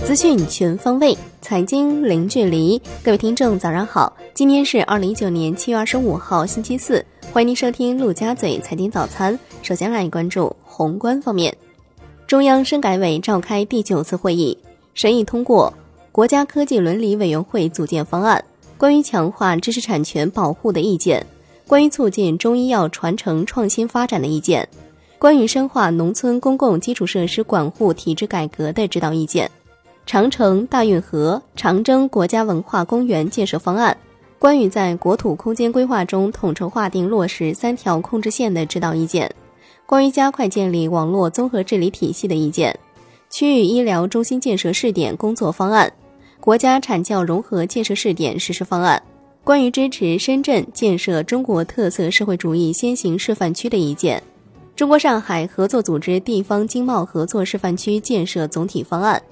资讯全方位，财经零距离。各位听众早上好，今天是2019年7月25号星期四，欢迎您收听陆家嘴财经早餐。首先来关注宏观方面，中央深改委召开第9次会议，审议通过国家科技伦理委员会组建方案，关于强化知识产权保护的意见，关于促进中医药传承创新发展的意见，关于深化农村公共基础设施管护体制改革的指导意见，长城、大运河、长征国家文化公园建设方案，关于在国土空间规划中统筹划定落实3条控制线的指导意见，关于加快建立网络综合治理体系的意见，区域医疗中心建设试点工作方案，国家产教融合建设试点实施方案，关于支持深圳建设中国特色社会主义先行示范区的意见，中国上海合作组织地方经贸合作示范区建设总体方案。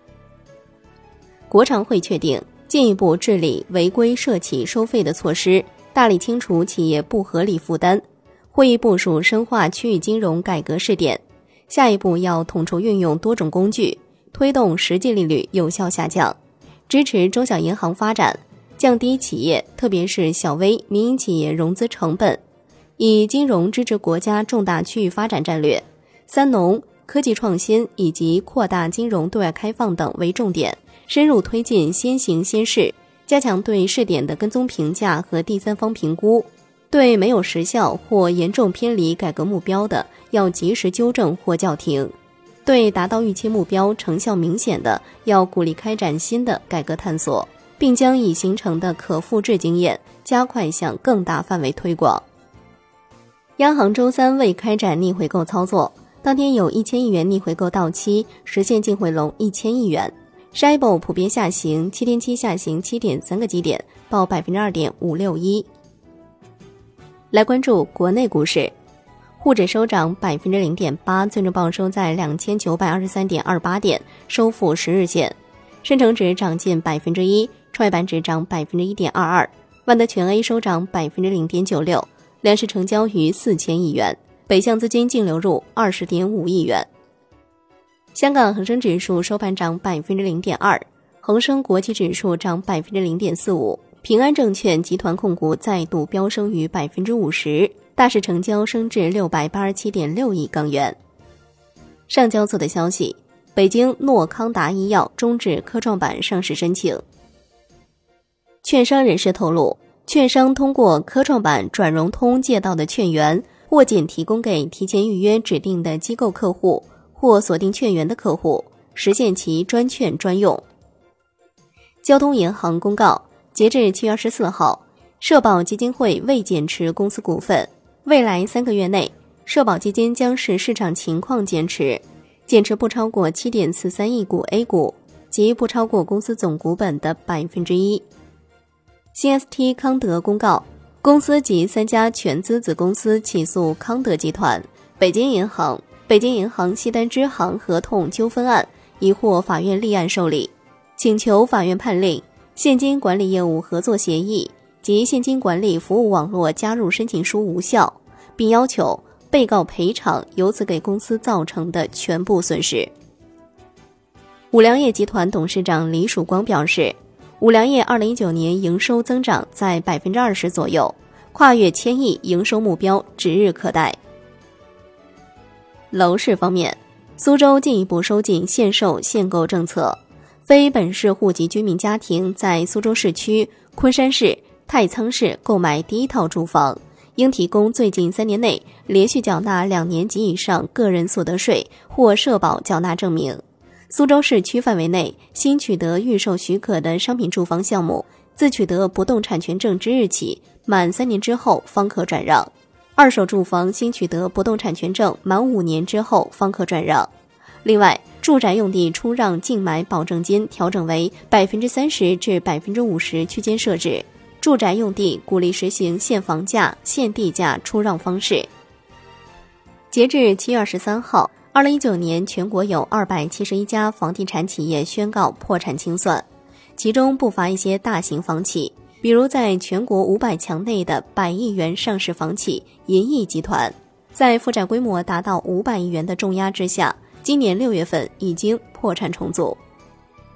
国常会确定进一步治理违规涉企收费的措施，大力清除企业不合理负担。会议部署深化区域金融改革试点，下一步要统筹运用多种工具，推动实际利率有效下降，支持中小银行发展，降低企业特别是小微民营企业融资成本，以金融支持国家重大区域发展战略、三农、科技创新以及扩大金融对外开放等为重点，深入推进先行先试，加强对试点的跟踪评价和第三方评估，对没有实效或严重偏离改革目标的，要及时纠正或叫停，对达到预期目标成效明显的，要鼓励开展新的改革探索，并将已形成的可复制经验加快向更大范围推广。央行周三未开展逆回购操作，当天有1000亿元逆回购到期，实现净回笼1000亿元。SHIBO 普遍下行，7天期下行7.3个基点，报 2.561%。来关注国内股市，沪指收涨 0.8%， 最终报收在 2923.28 点，收复10日线。深成指涨近 1%， 创业板指涨 1.22%， 万德全 A 收涨 0.96%， 两市成交逾4000亿元，北向资金净流入 20.5 亿元。香港恒生指数收盘涨 0.2%， 恒生国际指数涨 0.45%， 平安证券集团控股再度飙升逾 50%， 大市成交升至 687.6 亿港元。上交所的消息，北京诺康达医药终止科创板上市申请。券商人士透露，券商通过科创板转融通借到的券源，或仅提供给提前预约指定的机构客户或锁定券源的客户，实现其专券专用。交通银行公告，截至7月24号，社保基金会未减持公司股份，未来3个月内，社保基金将视市场情况减持，减持不超过 7.43 亿股 A 股，即不超过公司总股本的 1%。新 ST 康德公告，公司及3家全资子公司起诉康德集团、北京银行、北京银行西单支行合同纠纷案已获法院立案受理，请求法院判令现金管理业务合作协议及现金管理服务网络加入申请书无效，并要求被告赔偿由此给公司造成的全部损失。五粮液集团董事长李曙光表示，五粮液2019年营收增长在 20% 左右，跨越1000亿营收目标指日可待。楼市方面，苏州进一步收紧限售限购政策，非本市户籍居民家庭在苏州市区、昆山市、太仓市购买第一套住房，应提供最近3年内连续缴纳2年及以上个人所得税或社保缴纳证明。苏州市区范围内新取得预售许可的商品住房项目，自取得不动产权证之日起满3年之后方可转让。二手住房新取得不动产权证满5年之后方可转让。另外，住宅用地出让竞买保证金调整为 30% 至 50% 区间设置，住宅用地鼓励实行限房价、限地价出让方式。截至7月23号，2019年全国有271家房地产企业宣告破产清算，其中不乏一些大型房企，比如在全国500强内的100亿元上市房企银翼集团，在负债规模达到500亿元的重压之下，今年6月份已经破产重组。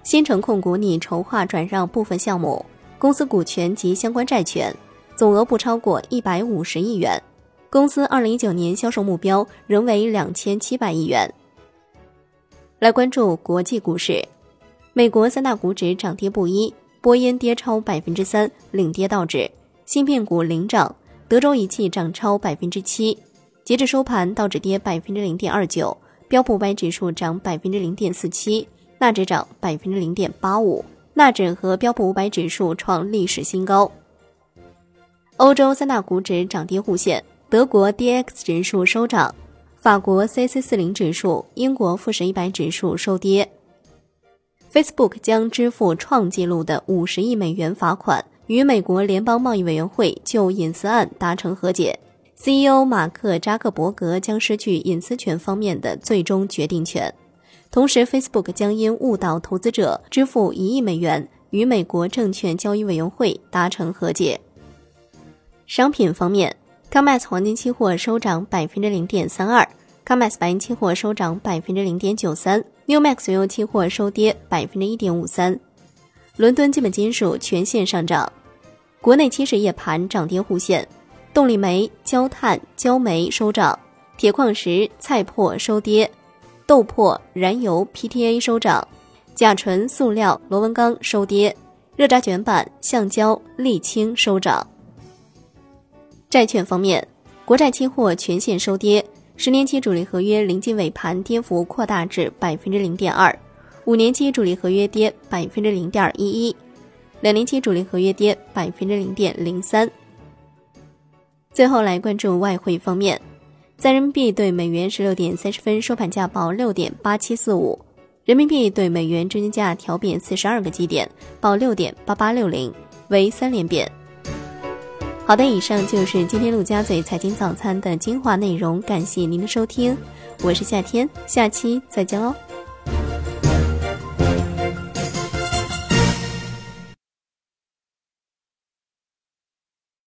新城控股拟筹划转让部分项目、公司股权及相关债权，总额不超过150亿元。公司2019年销售目标仍为2700亿元。来关注国际股市，美国三大股指涨跌不一，波音跌超 3%， 领跌道指，芯片股领涨，德州仪器涨超 7%。截至收盘，道指跌 0.29%， 标普500指数涨 0.47%， 纳指涨 0.85%， 纳指和标普500指数创历史新高。欧洲三大股指涨跌互现，德国 DAX 指数收涨，法国 CAC40 指数、英国富时100指数收跌。Facebook 将支付创纪录的50亿美元罚款，与美国联邦贸易委员会就隐私案达成和解。CEO 马克·扎克伯格将失去隐私权方面的最终决定权。同时 Facebook 将因误导投资者支付1亿美元，与美国证券交易委员会达成和解。商品方面， COMEX 黄金期货收涨 0.32%， COMEX 白银期货收涨 0.93%， Newmax 原油期货收跌 1.53%。 伦敦基本金属全线上涨。国内期指夜盘涨跌互现，动力煤、焦炭、焦煤收涨，铁矿石、菜粕收跌，豆粕、燃油、PTA 收涨，甲醇、塑料、螺纹钢收跌，热轧卷板、橡胶、沥青收涨。债券方面，国债期货全线收跌，10年期主力合约临近尾盘跌幅扩大至 0.2%， 5年期主力合约跌 0.11%， 2年期主力合约跌 0.03%。最后来关注外汇方面，在人民币对美元16点30分收盘价报 6.8745， 人民币对美元中间价调贬42个基点，报 6.8860， 为3连贬。好的，以上就是今天陆家嘴财经早餐的精华内容，感谢您的收听，我是夏天，下期再见喽。